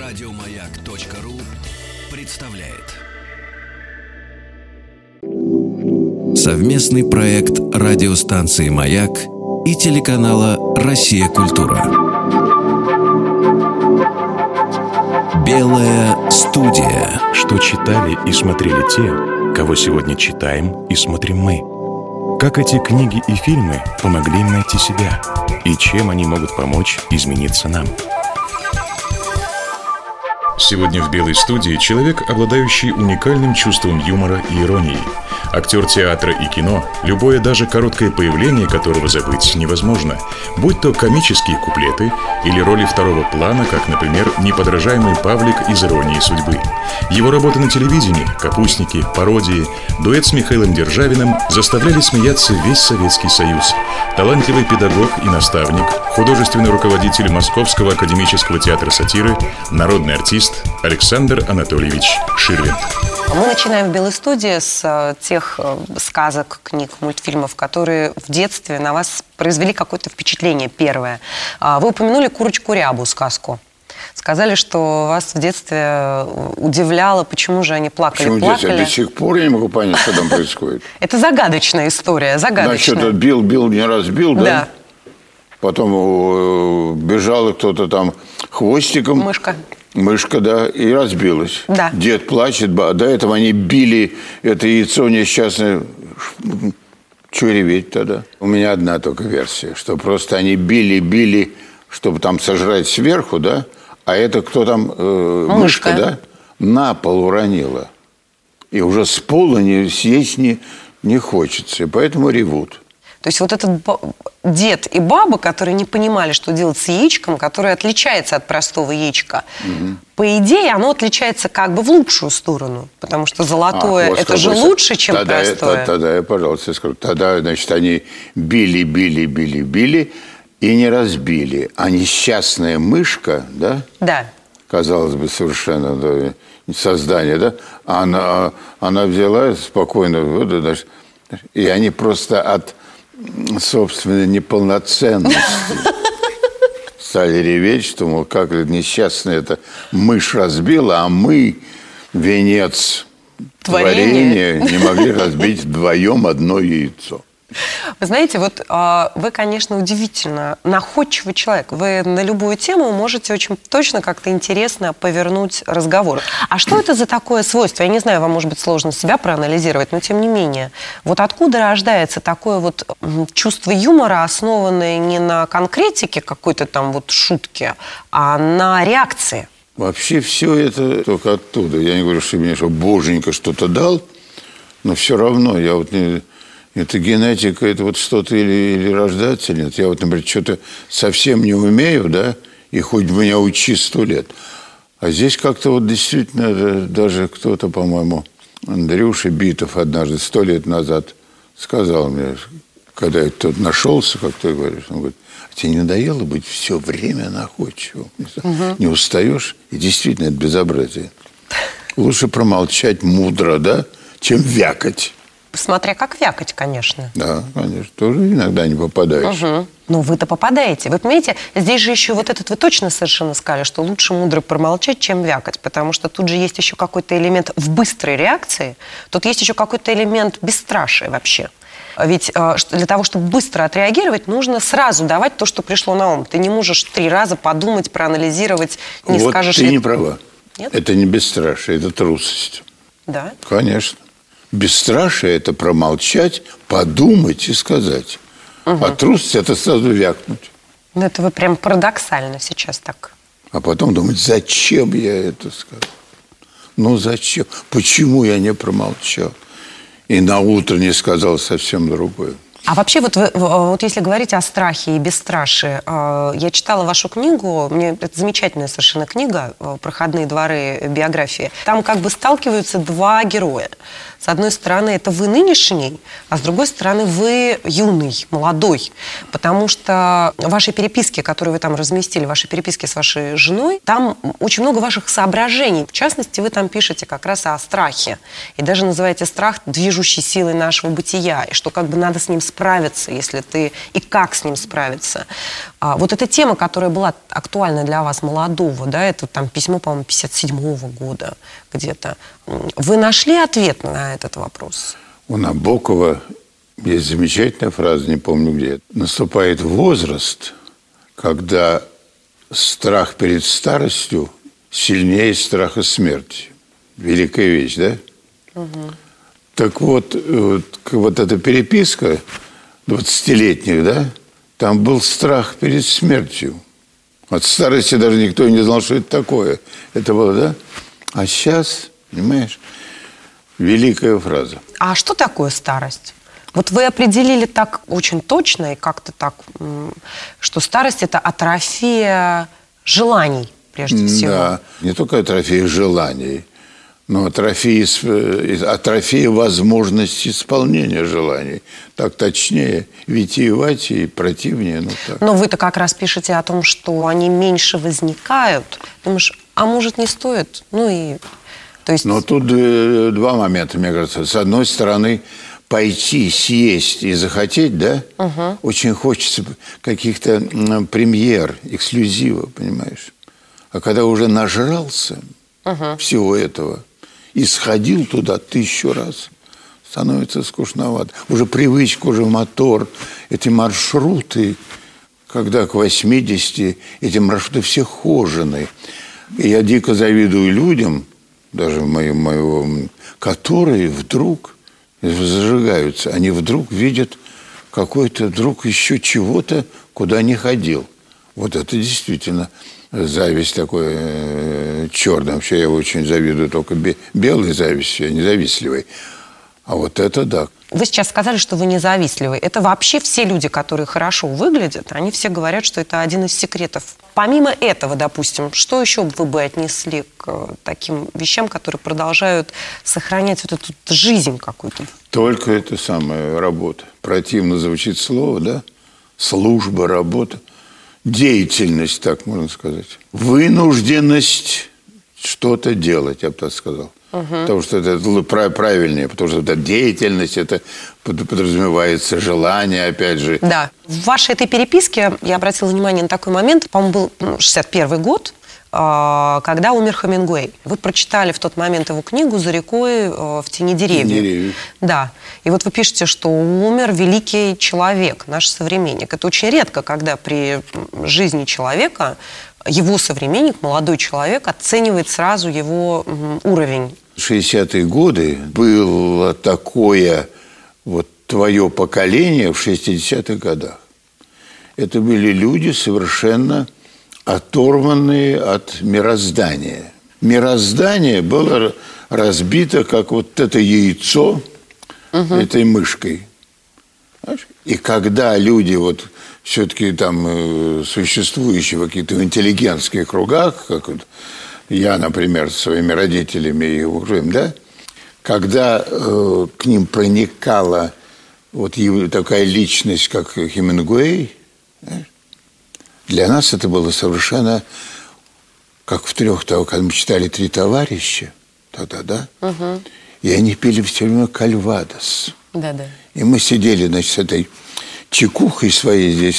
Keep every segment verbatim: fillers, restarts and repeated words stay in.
Радиомаяк.ру представляет совместный проект радиостанции «Маяк» и телеканала «Россия. Культура». Белая студия. Что читали и смотрели те, кого сегодня читаем и смотрим мы. Как эти книги и фильмы помогли им найти себя, и чем они могут помочь измениться нам. Сегодня в «Белой студии» человек, обладающий уникальным чувством юмора и иронии. Актер театра и кино, любое даже короткое появление которого забыть невозможно, будь то комические куплеты или роли второго плана, как, например, неподражаемый Павлик из «Иронии судьбы». Его работы на телевидении, капустники, пародии, дуэт с Михаилом Державиным заставляли смеяться весь Советский Союз. Талантливый педагог и наставник, художественный руководитель Московского академического театра сатиры, народный артист Александр Анатольевич Ширвинд. Мы начинаем в «Белой студии» с тех сказок, книг, мультфильмов, которые в детстве на вас произвели какое-то впечатление первое. Вы упомянули «Курочку-рябу» сказку. Сказали, что вас в детстве удивляло, почему же они плакали, почему плакали. Почему до сих пор я не могу понять, что там происходит. Это загадочная история, загадочная. Значит, бил, бил, не разбил, да? Да. Потом бежала кто-то там хвостиком. Мышка. Мышка, да, и разбилась. Да. Дед плачет, до этого они били это яйцо несчастное. Чего реветь тогда? У меня одна только версия, что просто они били, били, чтобы там сожрать сверху, да, а это кто там, э, мышка, да, на пол уронила. И уже с пола не, съесть не, не хочется, и поэтому ревут. То есть вот этот дед и баба, которые не понимали, что делать с яичком, которое отличается от простого яичка, угу. По идее, оно отличается как бы в лучшую сторону, потому что золотое а, – это же лучше, чем тогда простое. Я, тогда я, пожалуйста, скажу, тогда, значит, они били, били, били, били и не разбили. А несчастная мышка, да? Да. Казалось бы, совершенно да, создание, да? Она, она взяла спокойно, значит, и они просто от собственной неполноценности стали реветь, что, мол, как несчастная эта мышь разбила, а мы, венец творения, не могли разбить вдвоем одно яйцо. Вы знаете, вот э, вы, конечно, удивительно находчивый человек. Вы на любую тему можете очень точно как-то интересно повернуть разговор. А что это за такое свойство? Я не знаю, вам, может быть, сложно себя проанализировать, но тем не менее. Вот откуда рождается такое вот чувство юмора, основанное не на конкретике какой-то там вот шутки, а на реакции? Вообще все это только оттуда. Я не говорю, что мне что боженька что-то дал, но все равно я вот не... Это генетика, это вот что-то или, или рождается, или нет. Я вот, например, что-то совсем не умею, да, и хоть меня учи сто лет. А здесь как-то вот действительно даже кто-то, по-моему, Андрюша Битов однажды, сто лет назад сказал мне, когда я тут нашелся, как ты говоришь, он говорит, а тебе не надоело быть все время находчивым? Угу. Не устаешь? И действительно, это безобразие. Лучше промолчать мудро, да, чем вякать. Смотря как вякать, конечно. Да, конечно. Тоже иногда не попадаешь. Угу. Ну, вы-то попадаете. Вы понимаете, здесь же еще вот этот вы точно совершенно сказали, что лучше мудро промолчать, чем вякать. Потому что тут же есть еще какой-то элемент в быстрой реакции. Тут есть еще какой-то элемент бесстрашия вообще. Ведь для того, чтобы быстро отреагировать, нужно сразу давать то, что пришло на ум. Ты не можешь три раза подумать, проанализировать, не вот скажешь... ты ли... не права. Нет? Это не бесстрашие, это трусость. Да? Конечно. Бесстрашие – это промолчать, подумать и сказать. Угу. А трусость – это сразу вякнуть. Ну, это вы прям парадоксально сейчас так. А потом думать, зачем я это сказал? Ну, зачем? Почему я не промолчал? И на утро не сказал совсем другое. А вообще, вот, вы, вот если говорить о страхе и бесстрашии, я читала вашу книгу, мне это замечательная совершенно книга «Проходные дворы. Биографии». Там как бы сталкиваются два героя. С одной стороны, это вы нынешний, а с другой стороны, вы юный, молодой. Потому что ваши переписки, которые вы там разместили, ваши переписки с вашей женой, там очень много ваших соображений. В частности, вы там пишете как раз о страхе. И даже называете страх движущей силой нашего бытия. И что как бы надо с ним справиться, если ты... И как с ним справиться. А, вот эта тема, которая была актуальна для вас, молодого, да, это там письмо, по-моему, пятьдесят седьмого года где-то. Вы нашли ответ на этот вопрос? У Набокова есть замечательная фраза, не помню где. Наступает возраст, когда страх перед старостью сильнее страха смерти. Великая вещь, да? Угу. Так вот, вот, вот эта переписка двадцатилетних, да, там был страх перед смертью. От старости даже никто не знал, что это такое. Это было, да? А сейчас, понимаешь, великая фраза. А что такое старость? Вот вы определили так очень точно и как-то так, что старость – это атрофия желаний, прежде всего. Да, не только атрофия желаний, но атрофия, атрофия возможности исполнения желаний. Так точнее, витиевать и противнее. Ну, так. Но вы-то как раз пишете о том, что они меньше возникают. Думаешь, а может, не стоит? Ну и... То есть... Но тут два момента, мне кажется. С одной стороны, пойти, съесть и захотеть, да? Угу. Очень хочется каких-то премьер, эксклюзива, понимаешь? А когда уже нажрался угу. всего этого и сходил туда тысячу раз, становится скучновато. Уже привычка, уже мотор, эти маршруты, когда к восьмидесяти эти маршруты все хожены. И я дико завидую людям, даже моим, моего, которые вдруг зажигаются. Они вдруг видят какой-то, вдруг еще чего-то, куда не ходил. Вот это действительно зависть такой э, черная. Вообще я очень завидую только бе- белой завистью, независтливой. А вот это да. Вы сейчас сказали, что вы независтливый. Это вообще все люди, которые хорошо выглядят, они все говорят, что это один из секретов. Помимо этого, допустим, что еще вы бы отнесли к таким вещам, которые продолжают сохранять вот эту жизнь какую-то? Только это самая работа. Противно звучит слово, да? Служба, работа. Деятельность, так можно сказать. Вынужденность что-то делать, я бы так сказал. Угу. Потому что это правильнее, потому что эта деятельность, это подразумевается желание, опять же. Да. В вашей этой переписке я обратила внимание на такой момент, по-моему, был шестьдесят первый год, когда умер Хемингуэй. Вы прочитали в тот момент его книгу «За рекой в тени деревьев». деревьев. Да. И вот вы пишете, что умер великий человек, наш современник. Это очень редко, когда при жизни человека его современник, молодой человек, оценивает сразу его уровень. В шестидесятые годы было такое вот твое поколение в шестидесятых годах. Это были люди совершенно оторванные от мироздания. Мироздание было разбито, как вот это яйцо угу. этой мышкой. И когда люди вот все-таки там существующие в каких-то интеллигентских кругах, как вот я, например, с своими родителями и окружаем, да, когда э, к ним проникала вот его, такая личность, как Хемингуэй, да, для нас это было совершенно как в трех, когда мы читали «Три товарища», тогда, да, угу. и они пили все время кальвадос. Да, да. И мы сидели, значит, с этой чекухой своей здесь,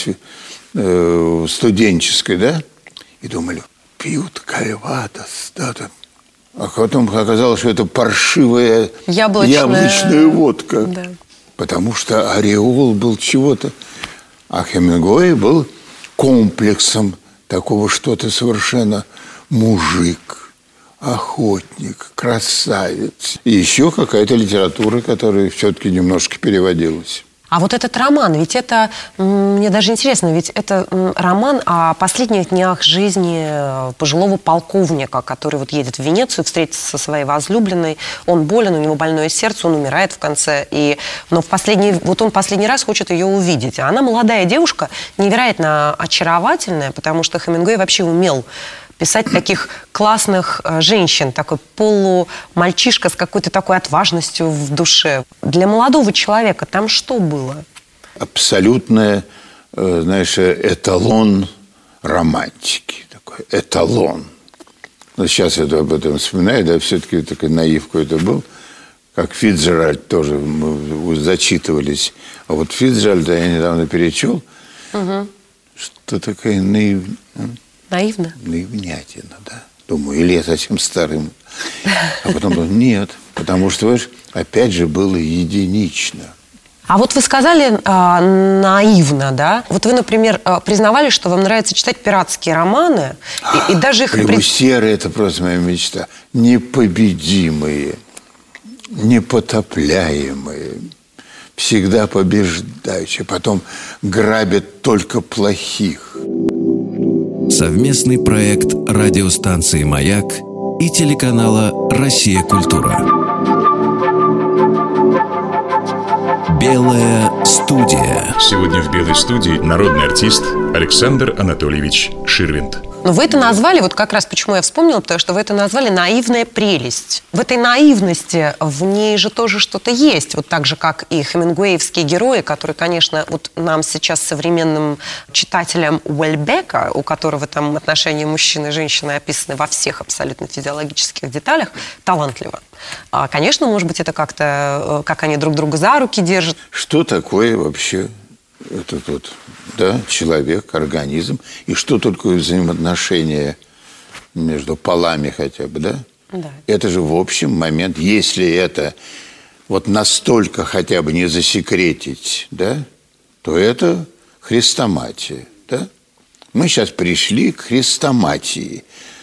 э, студенческой, да, и думали, пьют кальвадос, да, да. А потом оказалось, что это паршивая яблочная, яблочная водка. Да. Потому что ореол был чего-то. А Хемингуэй был комплексом такого что-то совершенно мужик, охотник, красавец. И еще какая-то литература, которая все-таки немножко переводилась. А вот этот роман, ведь это, мне даже интересно, ведь это роман о последних днях жизни пожилого полковника, который вот едет в Венецию встретиться со своей возлюбленной. Он болен, у него больное сердце, он умирает в конце. И, но в последний, вот он последний раз хочет ее увидеть. А она молодая девушка, невероятно очаровательная, потому что Хемингуэй вообще умел писать таких классных э, женщин, такой полумальчишка с какой-то такой отважностью в душе. Для молодого человека там что было? Абсолютное, э, знаешь, эталон романтики. Такой эталон. Но сейчас я об этом вспоминаю, да, все-таки такой наив какой-то был. Как Фицджеральд тоже, мы зачитывались. А вот Фицджеральда я недавно перечел, угу. что такая наив... Наивно? Наивнятина, да. Думаю, или я совсем старым. А потом думаю, нет, потому что, видишь, опять же было единично. А вот вы сказали а, наивно, да? Вот вы, например, признавали, что вам нравится читать пиратские романы, и, и даже их... Флебусьеры – это просто моя мечта. Непобедимые, непотопляемые, всегда побеждающие, потом грабят только плохих. Совместный проект радиостанции «Маяк» и телеканала «Россия. Культура». Белая студия. Сегодня в «Белой студии» народный артист Александр Анатольевич Ширвинд. Но вы это назвали, вот как раз почему я вспомнила, потому что вы это назвали «наивная прелесть». В этой наивности, в ней же тоже что-то есть. Вот так же, как и хемингуэевские герои, которые, конечно, вот нам сейчас, современным читателям Уэльбека, у которого там отношения мужчины и женщины описаны во всех абсолютно физиологических деталях, талантливо. А, конечно, может быть, это как-то, как они друг друга за руки держат. Что такое вообще этот вот, да, человек, организм, и что такое взаимоотношения между полами хотя бы, да? Да. Это же в общем момент, если это вот настолько хотя бы не засекретить, да, то это хрестоматия, да? Мы сейчас пришли к хрестоматии.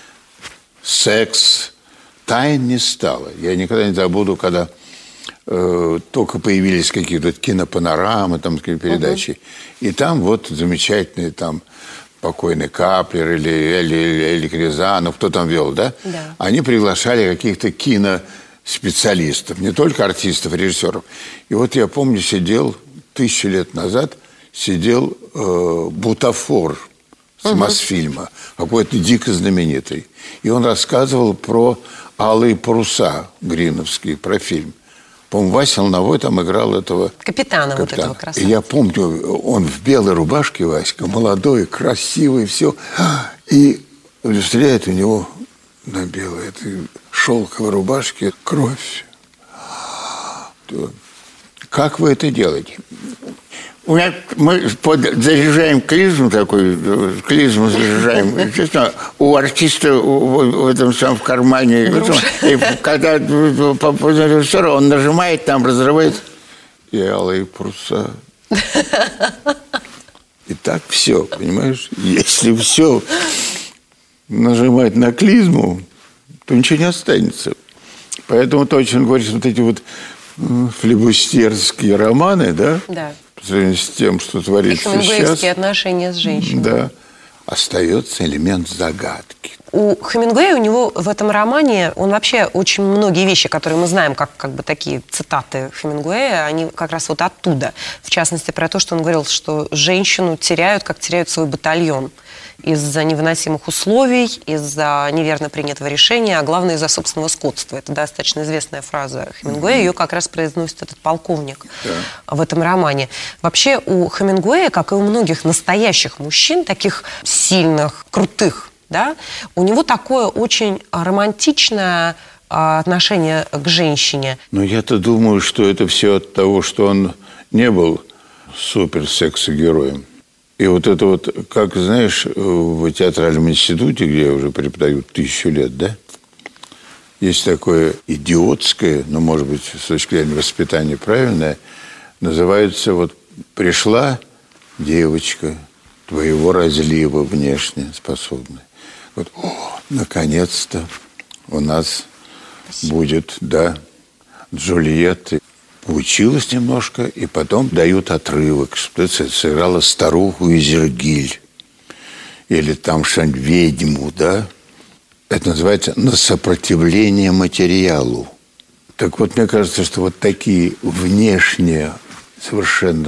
Секс, тайн не стало. Я никогда не забуду, когда э, только появились какие-то кинопанорамы, там, передачи, угу. и там вот замечательные там покойный Каплер или Эли, Эли Рязанов, кто там вел, да? Да. Они приглашали каких-то киноспециалистов, не только артистов, режиссеров. И вот я помню, сидел тысячу лет назад, сидел э, бутафор с угу. Мосфильма, какой-то дико знаменитый. И он рассказывал про «Алые паруса» гриновские, про фильм. По-моему, Вася Лановой там играл этого... Капитана, капитана. Вот этого красавца. И я помню, он в белой рубашке, Васька, молодой, красивый, все. И стреляет у него на белой этой шелковой рубашке кровь. Как вы это делаете? У меня, мы под, заряжаем клизму такой, клизму заряжаем. Честно, у артиста в, в этом самом в кармане, в этом, и когда по режиссеру он нажимает, там разрывает, и алые паруса. И так все, понимаешь? Если все нажимать на клизму, то ничего не останется. Поэтому точно говоришь, вот эти вот флебусьерские романы, да? Да. По сравнению с тем, что творится сейчас. Хемингуэевские отношения с женщиной. Да. Остается элемент загадки. У Хемингуэя, у него в этом романе, он вообще очень многие вещи, которые мы знаем, как, как бы такие цитаты Хемингуэя, они как раз вот оттуда. В частности, про то, что он говорил, что женщину теряют, как теряют свой батальон. Из-за невыносимых условий, из-за неверно принятого решения, а главное, из-за собственного скотства. Это достаточно известная фраза Хемингуэя, ее как раз произносит этот полковник да. в этом романе. Вообще у Хемингуэя, как и у многих настоящих мужчин, таких сильных, крутых, да, у него такое очень романтичное отношение к женщине. Но я-то думаю, что это все от того, что он не был супер-секси-героем. И вот это вот, как, знаешь, в театральном институте, где я уже преподаю тысячу лет, да, есть такое идиотское, но, может быть, с точки зрения воспитания правильное, называется вот «Пришла девочка твоего разлива внешне способная». Вот, о, наконец-то у нас Спасибо. Будет, да, Джульетта. Поучилась немножко, и потом дают отрывок, что ты сыграла старуху Изергиль. Или там что-нибудь ведьму, да? Это называется «на сопротивление материалу». Так вот, мне кажется, что вот такие внешне совершенно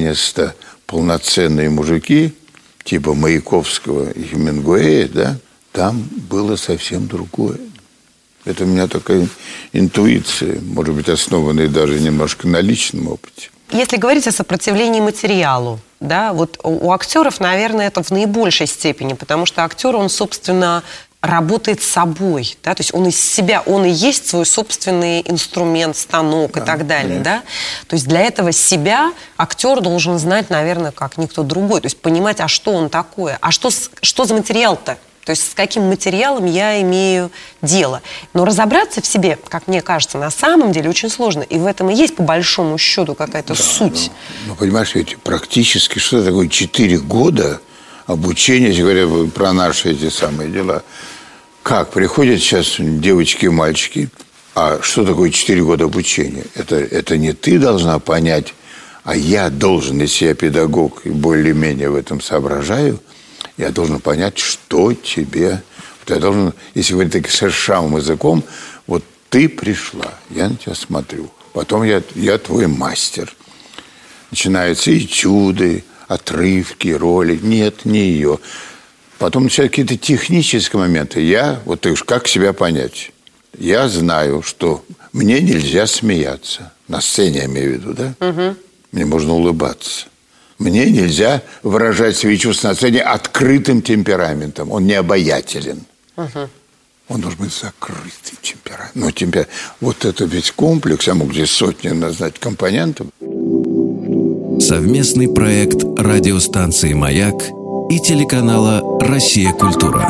суперменисто полноценные мужики, типа Маяковского и Хемингуэя, да, там было совсем другое. Это у меня такая интуиция, может быть, основанная даже немножко на личном опыте. Если говорить о сопротивлении материалу, да, вот у актеров, наверное, это в наибольшей степени, потому что актер, он, собственно, работает с собой, да, то есть он из себя, он и есть свой собственный инструмент, станок, да, и так далее, да. То есть для этого себя актер должен знать, наверное, как никто другой, то есть понимать, а что он такое, а что, что за материал-то? То есть с каким материалом я имею дело. Но разобраться в себе, как мне кажется, на самом деле очень сложно. И в этом и есть, по большому счету, какая-то да, суть. Ну, ну, понимаешь, ведь практически что такое четыре года обучения, если говоря про наши эти самые дела. Как приходят сейчас девочки и мальчики, а что такое четыре года обучения? Это, это не ты должна понять, а я должен, если я педагог и более-менее в этом соображаю, я должен понять, что тебе... Вот я должен, если говорить таким шершавым языком, вот ты пришла, я на тебя смотрю. Потом я, я твой мастер. Начинаются этюды, отрывки, роли. Нет, не ее. Потом начинаются какие-то технические моменты. Я, вот ты уж как себя понять? Я знаю, что мне нельзя смеяться. На сцене я имею в виду, да? Угу. Мне можно улыбаться. Мне нельзя выражать свои чувства на сцене открытым темпераментом. Он не обаятелен. Угу. Он должен быть закрытый темперамент. Но темпер... Вот это весь комплекс, я мог здесь сотни назвать компонентов. Совместный проект радиостанции «Маяк» и телеканала «Россия. Культура».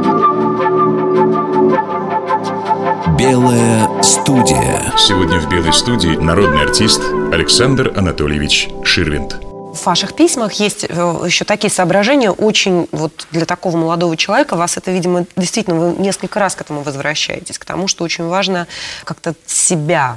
Белая студия. Сегодня в «Белой студии» народный артист Александр Анатольевич Ширвинд. В ваших письмах есть еще такие соображения, очень вот для такого молодого человека, вас это, видимо, действительно, вы несколько раз к этому возвращаетесь, к тому, что очень важно как-то себя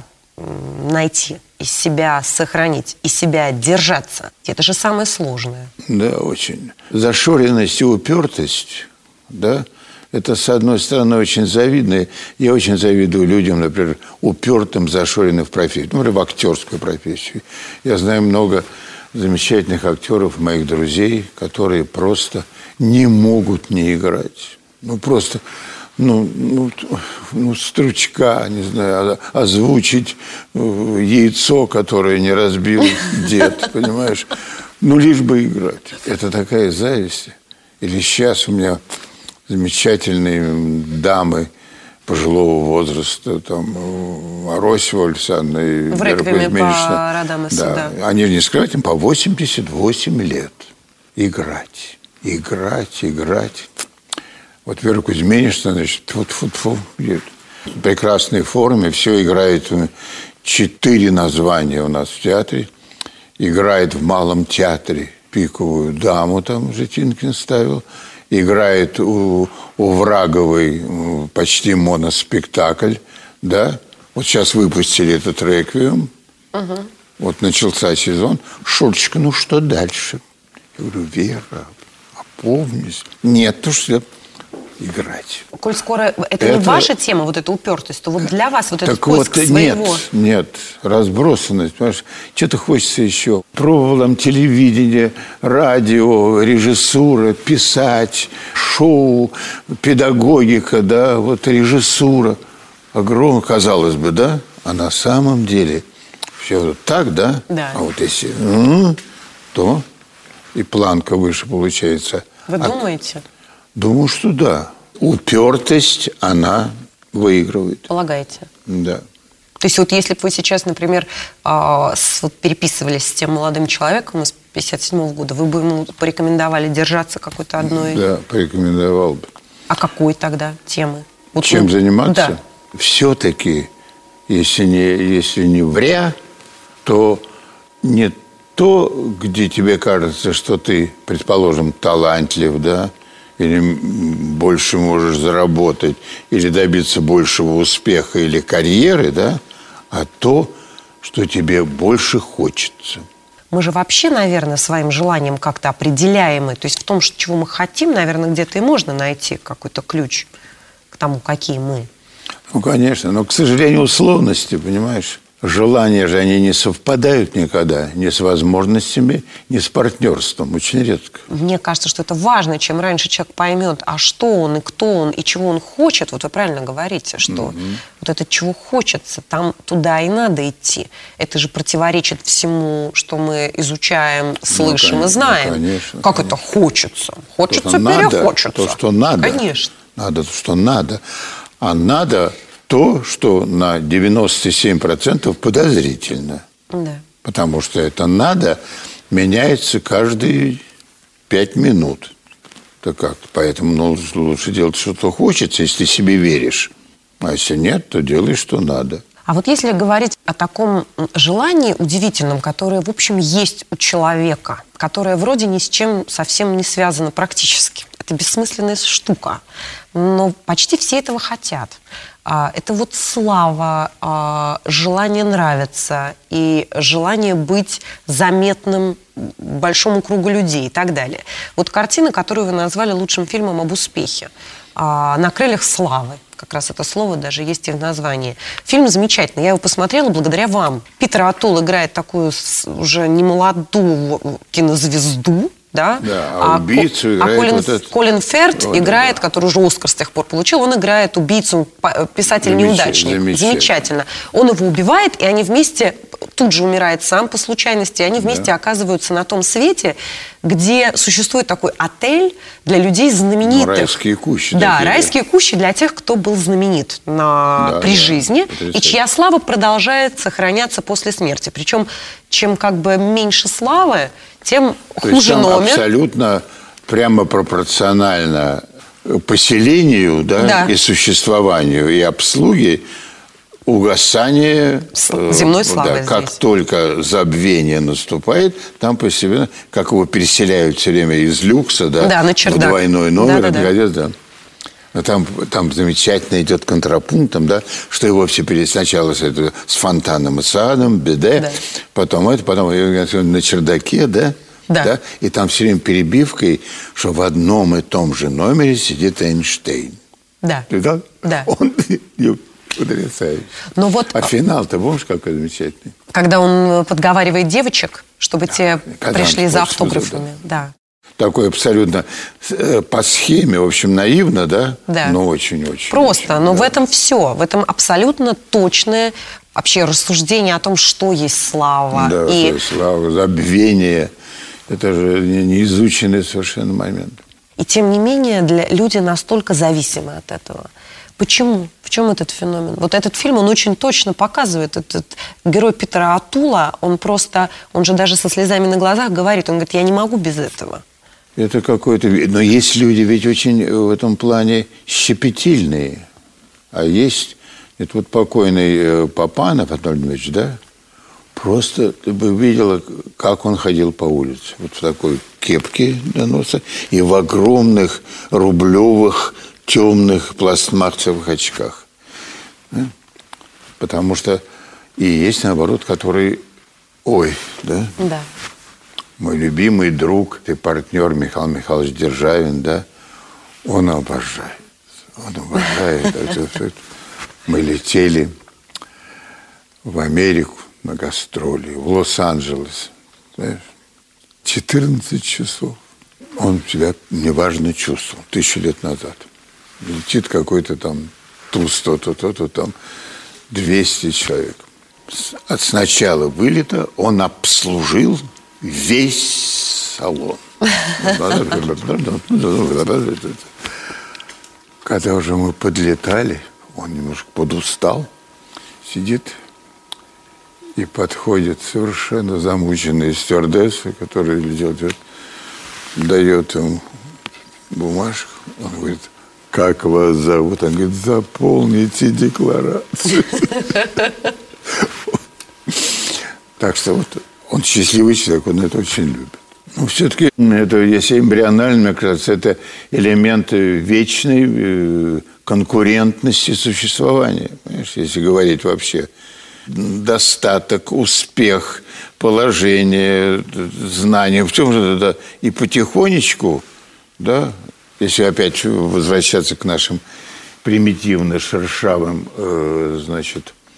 найти, из себя сохранить, из себя держаться. Это же самое сложное. Да, очень. Зашоренность и упертость, да, это, с одной стороны, очень завидно. Я очень завидую людям, например, упертым, зашоренным в профессию, например, в актерскую профессию. Я знаю много замечательных актеров, моих друзей, которые просто не могут не играть. Ну, просто, ну, ну, ну стручка, не знаю, озвучить яйцо, которое не разбил дед, понимаешь? Ну, лишь бы играть. Это такая зависть. Или сейчас у меня замечательные дамы пожилого возраста, там, Аросева Александра и Вера Кузьминична. Да. Они не скрывают, им по восемьдесят восемь лет. Играть, играть, играть. Вот Вера Кузьминична, значит, тьфу-тьфу-тьфу, в прекрасной форме, все играет. Четыре названия у нас в театре. Играет в Малом театре пиковую даму, там Житинкин ставил. Играет у, у Враговой почти моноспектакль, да. Вот сейчас выпустили этот «Реквием». Угу. Вот начался сезон. Шурочка, ну что дальше? Я говорю, Вера, опомнись. Нет, то что играть. Коль скоро это, это не ваша тема, вот эта упертость, то вот для вас вот этот поиск вот, своего... Нет, нет, разбросанность. Понимаешь, что-то хочется еще. Пробовал там телевидение, радио, режиссура, писать, шоу, педагогика, да, вот режиссура. Огромно, казалось бы, да? А на самом деле все вот так, да? Да. А вот если, ну, то и планка выше получается. Вы а, думаете? Думаю, что да. Упертость, она выигрывает. Полагаете? Да. То есть вот если бы вы сейчас, например, э, с, вот, переписывались с тем молодым человеком из пятьдесят седьмого года, вы бы ему порекомендовали держаться какой-то одной... Да, порекомендовал бы. А какой тогда темы? Вот, Чем ну, заниматься? Да. Все-таки, если не, если не вря, то не то, где тебе кажется, что ты, предположим, талантлив, да, или больше можешь заработать, или добиться большего успеха или карьеры, да, а то, что тебе больше хочется. Мы же вообще, наверное, своим желанием как-то определяемы. То есть в том, что, чего мы хотим, наверное, где-то и можно найти какой-то ключ к тому, какие мы. Ну, конечно, но, к сожалению, условности, понимаешь? желания же, они не совпадают никогда ни с возможностями, ни с партнерством. Очень редко. Мне кажется, что это важно. Чем раньше человек поймет, а что он, и кто он, и чего он хочет. Вот вы правильно говорите, что mm-hmm. вот это чего хочется, там туда и надо идти. Это же противоречит всему, что мы изучаем, слышим ну, и знаем. Ну, конечно, как конечно. это хочется? Хочется, то, перехочется. То, что надо. Конечно. Надо то, что надо. А надо то, что на девяносто семь процентов подозрительно. Да. Потому что это надо меняется каждые пять минут. Так как? Поэтому ну, лучше делать, что хочется, если ты себе веришь. А если нет, то делай, что надо. А вот если говорить о таком желании удивительном, которое, в общем, есть у человека, которое вроде ни с чем совсем не связано практически. Это бессмысленная штука. Но почти все этого хотят. Это вот слава, желание нравиться и желание быть заметным большому кругу людей и так далее. Вот картина, которую вы назвали лучшим фильмом об успехе. «На крыльях славы». Как раз это слово даже есть и в названии. Фильм замечательный. Я его посмотрела благодаря вам. Питер О'Тул играет такую уже немолодую кинозвезду. Да? Да, а, а убийцу играет а Колин, вот этот... Колин Ферт вот, играет, да. который уже Оскар с тех пор получил, он играет убийцу, писатель-неудачник. Замечательно. Замечательно. Он его убивает, и они вместе, тут же умирает сам по случайности, и они вместе да. оказываются на том свете, где существует такой отель для людей знаменитых. Ну, райские кущи. Да, такие. райские кущи для тех, кто был знаменит на... да, при да, жизни, потрясающе. И чья слава продолжает сохраняться после смерти. Причем, чем как бы меньше славы, тем То хуже есть там номер. Абсолютно прямо пропорционально поселению, да, Да. и существованию, и обслуге угасание земной э, славы да, как здесь. только забвение наступает, там постепенно, как его переселяют все время из люкса, да, Да, на в чердак. двойной номер, Да, да, наконец, да. Но там, там замечательно идет контрапунктом, да, что его все перед сначала с, это, с фонтаном и садом, беде, да. потом это, потом на чердаке, да, да. да, и там все время перебивкой, что в одном и том же номере сидит Эйнштейн. Да. Ты видал? Да. Он потрясающий. Но вот, а финал-то, помнишь, какой замечательный? Когда он подговаривает девочек, чтобы те Когда пришли за он автографами. Да. Такой абсолютно по схеме, в общем, наивно, да? Да. Но очень-очень. Просто, очень, но да. в этом все. В этом абсолютно точное вообще рассуждение о том, что есть слава. Да, и... слава, забвение. Это же неизученный совершенно момент. И тем не менее, для... люди настолько зависимы от этого. Почему? В чем этот феномен? Вот этот фильм, он очень точно показывает. Этот герой Питера О'Тула, он просто, он же даже со слезами на глазах говорит, он говорит, я не могу без этого. Это какой-то... Но есть люди ведь очень в этом плане щепетильные. А есть... Это вот покойный Папанов, Анатолий Дмитриевич, да? Просто ты бы видела, как он ходил по улице. Вот в такой кепке до носа и в огромных рублевых темных пластмассовых очках. Да? Потому что и есть, наоборот, который... Ой, да? Да. Мой любимый друг и партнер Михаил Михайлович Державин, да, он обожает. Он обожает. Мы летели в Америку на гастроли, в Лос-Анджелес. Знаешь, четырнадцать часов. Он себя неважно чувствовал. Тысячу лет назад. Летит какой-то там туз, то-то, то-то, там двести человек. От начала вылета он обслужил весь салон. Когда уже мы подлетали, он немножко подустал, сидит и подходит совершенно замученная стюардесса, которая летит, дает ему бумажку. Он говорит, как вас зовут? Он говорит, заполните декларацию. Так что вот он счастливый человек, он это очень любит. Но все-таки это, если эмбрионально, мне кажется, это элементы вечной конкурентности существования. Понимаешь, если говорить вообще. Достаток, успех, положение, знание. В чем же это? И потихонечку, да, если опять возвращаться к нашим примитивно шершавым, э, значит,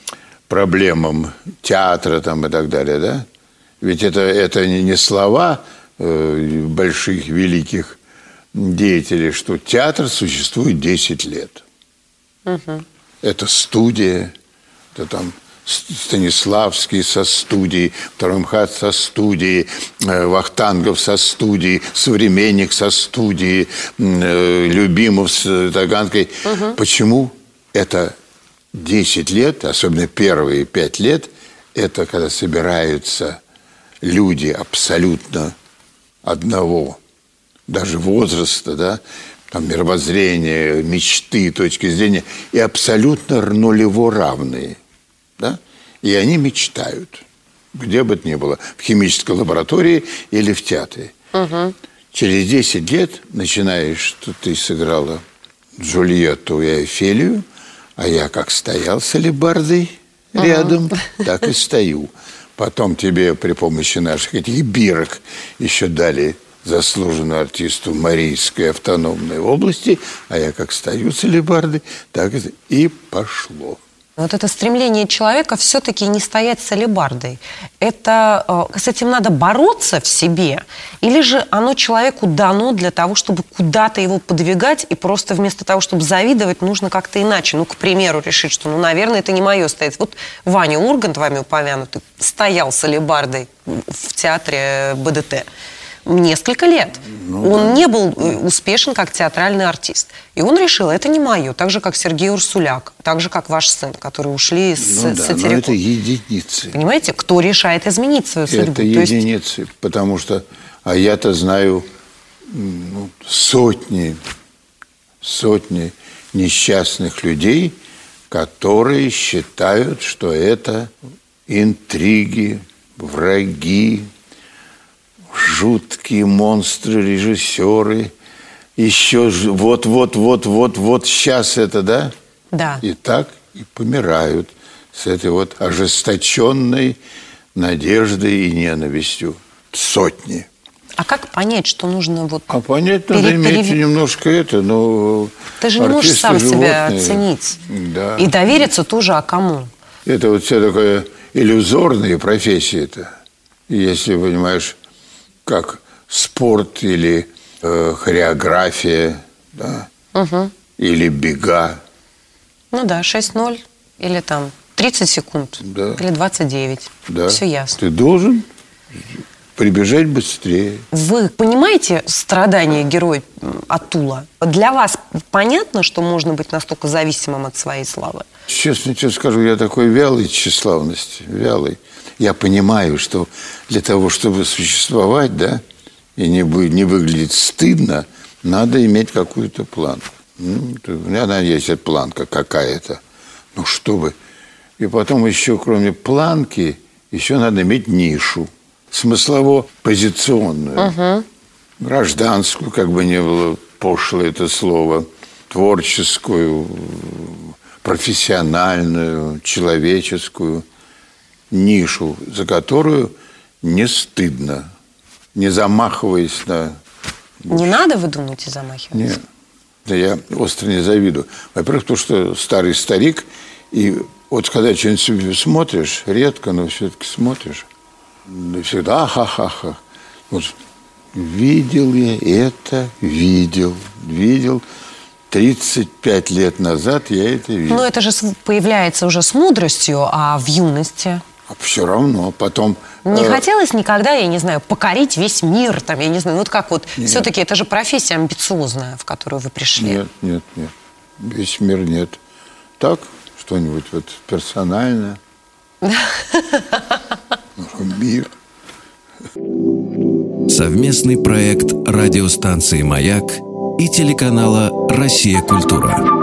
проблемам театра там, и так далее, да? Ведь это, это не слова э, больших, великих деятелей, что театр существует десять лет. Угу. Это студия, это там Станиславский со студией, второй МХАТ со студией, э, Вахтангов со студией, Современник со студией, э, Любимов с Таганкой. Угу. Почему это десять лет, особенно первые пять лет, это когда собираются люди абсолютно одного, даже возраста, да, там, мировоззрения, мечты, точки зрения, и абсолютно нулево равные. Да? И они мечтают, где бы то ни было, в химической лаборатории или в театре. Угу. Через десять лет начинаешь, что ты сыграла Джульетту и Офелию, а я как стоял с алебардой угу. рядом, так и стою. Потом тебе при помощи наших этих бирок еще дали заслуженную артисту Марийской автономной области, а я как стою с алебардой, так и, и пошло. Вот это стремление человека все-таки не стоять с алебардой. Это, с этим надо бороться в себе? Или же оно человеку дано для того, чтобы куда-то его подвигать, и просто вместо того, чтобы завидовать, нужно как-то иначе? Ну, к примеру, решить, что, ну, наверное, это не мое стоять. Вот Ваня Ургант, вами упомянутый, стоял с алебардой в театре БДТ несколько лет. Ну, он да. не был успешен как театральный артист. И он решил, это не мое. Так же, как Сергей Урсуляк. Так же, как ваш сын, которые ушли с ну, да, сатириков. Но это единицы. Понимаете, кто решает изменить свою судьбу? Это единицы. Есть... Потому что, а я-то знаю ну, сотни, сотни несчастных людей, которые считают, что это интриги, враги, жуткие монстры, режиссеры, еще вот-вот-вот-вот-вот сейчас это, да? Да. И так и помирают с этой вот ожесточенной надеждой и ненавистью. Сотни. А как понять, что нужно вот... А понять пере... надо иметь пере... немножко это, но... Ты же не можешь сам животные. себя оценить. Да. И довериться тоже, а кому? Это вот все такое иллюзорные профессии-то. Если, понимаешь, как спорт или э, хореография, да, угу. или бега. Ну да, шесть ноль или там тридцать секунд, да. или двадцать девять. Да. Все ясно. Ты должен прибежать быстрее. Вы понимаете страдания героя Атула? Для вас понятно, что можно быть настолько зависимым от своей славы? Честно тебе скажу, я такой вялый тщеславности, вялый. Я понимаю, что для того, чтобы существовать, да, и не, вы, не выглядеть стыдно, надо иметь какую-то планку. Ну, у меня есть эта планка какая-то. Ну, чтобы... И потом еще, кроме планки, еще надо иметь нишу. Смыслово-позиционную. Угу. Гражданскую, как бы не было пошло это слово. Творческую, профессиональную, человеческую. Нишу, за которую не стыдно, не замахиваясь на... Не надо, вы думаете, замахиваться? Нет, да я остро не завидую. Во-первых, потому что старый старик, и вот когда что-нибудь смотришь, редко, но все-таки смотришь, и всегда ха-ха-ха. Вот видел я это, видел, видел. тридцать пять лет назад я это видел. Но это же появляется уже с мудростью, а в юности... А все равно потом... Не э... хотелось никогда, я не знаю, покорить весь мир, там, я не знаю, ну вот как вот, нет. Все-таки это же профессия амбициозная, в которую вы пришли. Нет, нет, нет, весь мир нет. Так, что-нибудь вот персональное. Мир. Совместный проект радиостанции «Маяк» и телеканала «Россия. Культура».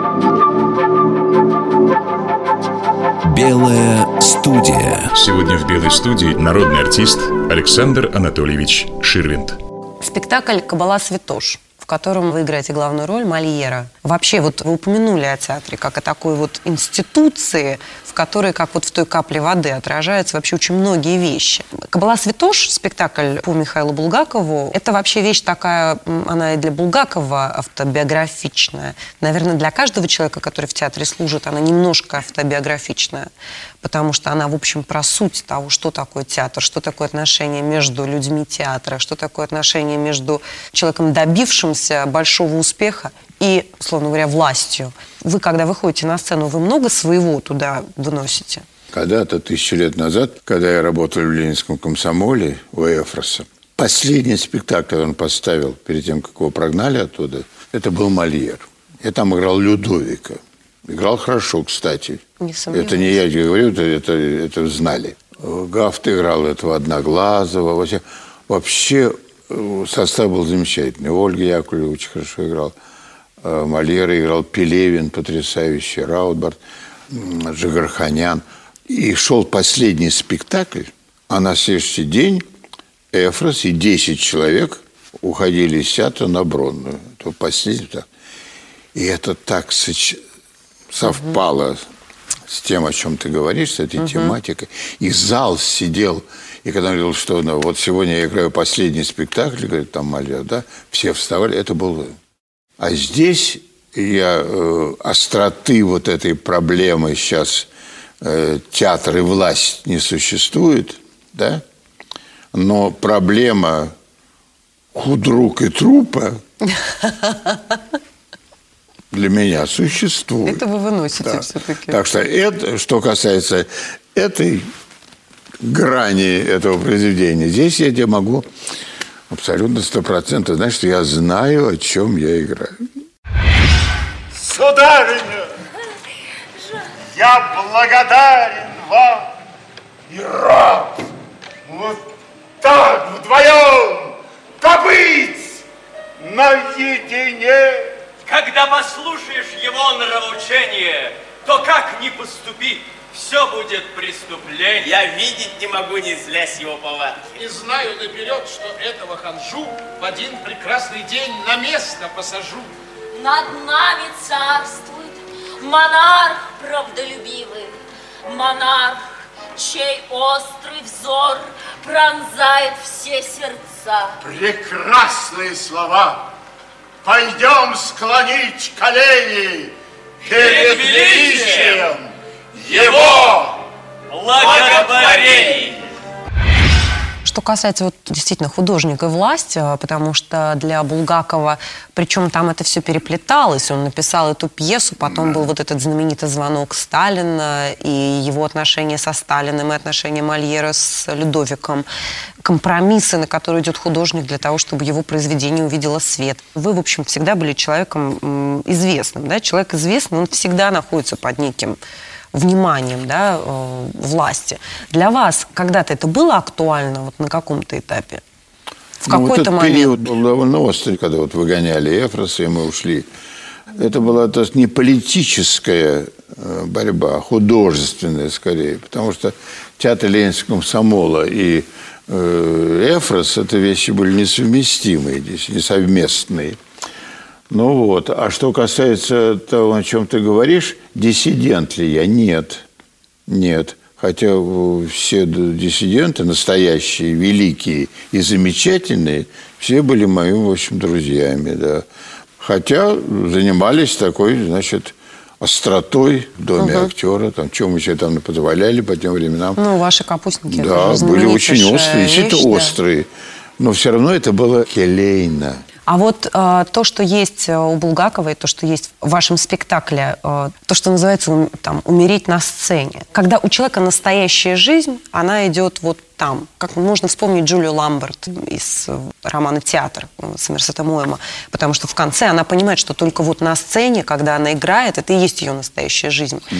Белая студия. Сегодня в Белой студии народный артист Александр Анатольевич Ширвинд. Спектакль «Кабала Святош», в в котором вы играете главную роль Мольера. Вообще, вот вы упомянули о театре как о такой вот институции, в которой, как вот в той капле воды, отражаются вообще очень многие вещи. «Кабала Святош», спектакль по Михаилу Булгакову, это вообще вещь такая, она и для Булгакова автобиографичная. Наверное, для каждого человека, который в театре служит, она немножко автобиографичная, потому что она, в общем, про суть того, что такое театр, что такое отношение между людьми театра, что такое отношение между человеком, добившимся большого успеха, и, условно говоря, властью. Вы, когда выходите на сцену, вы много своего туда выносите? Когда-то, тысячу лет назад, когда я работал в Ленинском комсомоле у Эфроса, последний спектакль, который он поставил перед тем, как его прогнали оттуда, это был Мольер. Я там играл Людовика. Играл хорошо, кстати. Не сомневаюсь. Это не я говорю, это, это, это знали. Гафт играл этого Одноглазого. Вообще, вообще состав был замечательный. Ольга Яковлева очень хорошо играл. Мольера играл Пелевин, потрясающий, Раутбард, Джигарханян. И шел последний спектакль, а на следующий день Эфрос и десять человек уходили из театра на Бронную. Это последний. И это так соч... совпало угу. с тем, о чем ты говоришь, с этой угу. тематикой. И зал сидел. И когда он говорил, что ну, вот сегодня я играю последний спектакль, говорит, там Мольер, да, все вставали, это было... А здесь я э, остроты вот этой проблемы сейчас э, театр и власть не существует, да? Но проблема худрук и трупа для меня существует. Это вы выносите да. все-таки. Так что это, что касается этой грани этого произведения, здесь я тебе могу... Абсолютно сто процентов. Знаешь, что я знаю, о чем я играю. Сударыня, я благодарен вам и рад вот так вдвоем побыть наедине. Когда послушаешь его нравоучение, то как ни поступи, все будет преступление. Я видеть не могу, не злясь его повадки. И знаю наперед, что этого ханжу в один прекрасный день на место посажу. Над нами царствует монарх правдолюбивый, монарх, чей острый взор пронзает все сердца. Прекрасные слова. Пойдем склонить колени перед величием его благотворений. Что касается вот действительно художника и власти, потому что для Булгакова, причем там это все переплеталось, он написал эту пьесу, потом был вот этот знаменитый звонок Сталина и его отношения со Сталиным, и отношения Мольера с Людовиком, компромиссы, на которые идет художник для того, чтобы его произведение увидело свет. Вы, в общем, всегда были человеком известным, да? Человек известный, он всегда находится под неким вниманием, да, э, власти. Для вас когда-то это было актуально вот на каком-то этапе? В ну, какой-то этот момент? период был довольно острый, когда вот выгоняли Эфроса, и мы ушли. Это была то есть, не политическая борьба, а художественная скорее, потому что театр Ленинского комсомола и э, Эфрос – это вещи были несовместимые, здесь, несовместные. Ну вот, а что касается того, о чем ты говоришь, диссидент ли я? Нет, нет. Хотя все диссиденты, настоящие, великие и замечательные, все были моими, в общем, друзьями, да. Хотя занимались такой, значит, остротой в доме угу. актера, там, чем мы себе там позволяли по тем временам. Ну, ваши капустники. Да, были очень острые, действительно острые. Но все равно это было келейно. А вот э, то, что есть у Булгакова, и то, что есть в вашем спектакле, э, то, что называется там, «умереть на сцене». Когда у человека настоящая жизнь, она идет вот там. Как можно вспомнить Джулию Ламберт из романа «Театр» Сомерсета Моэма. Потому что в конце она понимает, что только вот на сцене, когда она играет, это и есть ее настоящая жизнь. Mm.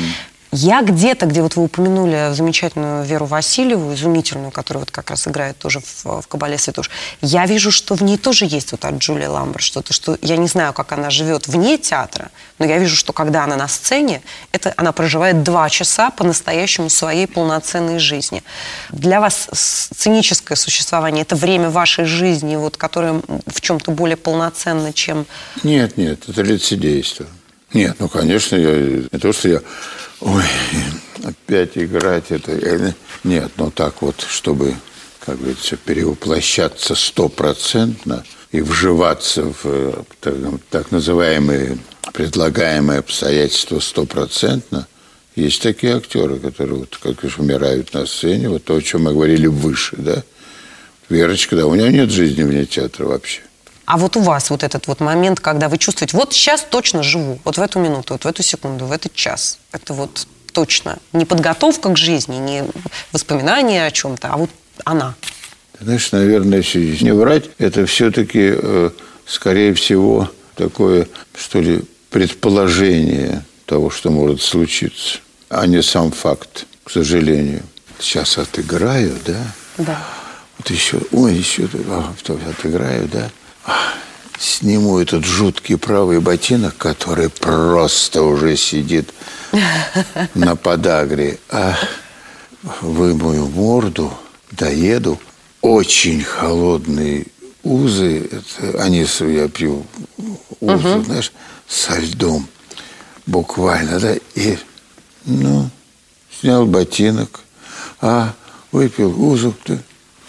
Я где-то, где вот вы упомянули замечательную Веру Васильеву, изумительную, которая вот как раз играет тоже в, в «Кабале Святош», я вижу, что в ней тоже есть вот от Джулии Ламберт что-то, что я не знаю, как она живет вне театра, но я вижу, что когда она на сцене, это она проживает два часа по-настоящему своей полноценной жизни. Для вас сценическое существование – это время вашей жизни, вот, которое в чем-то более полноценно, чем… Нет, нет, это лицедейство. Нет, ну, конечно, я, не то, что я, ой, опять играть, это, нет, но так вот, чтобы, как говорится, перевоплощаться стопроцентно и вживаться в так, так называемые предлагаемые обстоятельства стопроцентно, есть такие актеры, которые, вот, как же, умирают на сцене, вот то, о чем мы говорили выше, да, Верочка, да, у нее нет жизни вне театра вообще. А вот у вас вот этот вот момент, когда вы чувствуете, вот сейчас точно живу, вот в эту минуту, вот в эту секунду, в этот час. Это вот точно не подготовка к жизни, не воспоминания о чем-то, а вот она. Знаешь, наверное, если не врать, это все-таки, э, скорее всего, такое, что ли, предположение того, что может случиться, а не сам факт, к сожалению. Сейчас отыграю, да? Да. Вот еще, ой, еще отыграю, да? Сниму этот жуткий правый ботинок, который просто уже сидит на подагре, а вымою морду, доеду. Очень холодные узы, это, они, я пью узы, угу. знаешь, со льдом, буквально, да, и, ну, снял ботинок, а выпил узу, да.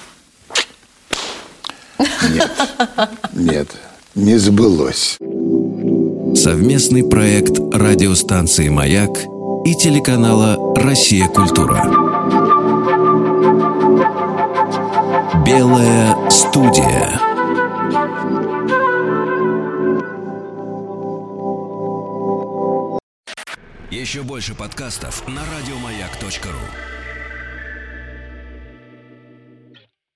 Нет, нет, не сбылось. Совместный проект радиостанции «Маяк» и телеканала «Россия. Культура». Белая студия. Еще больше подкастов на радиомаяк точка ру.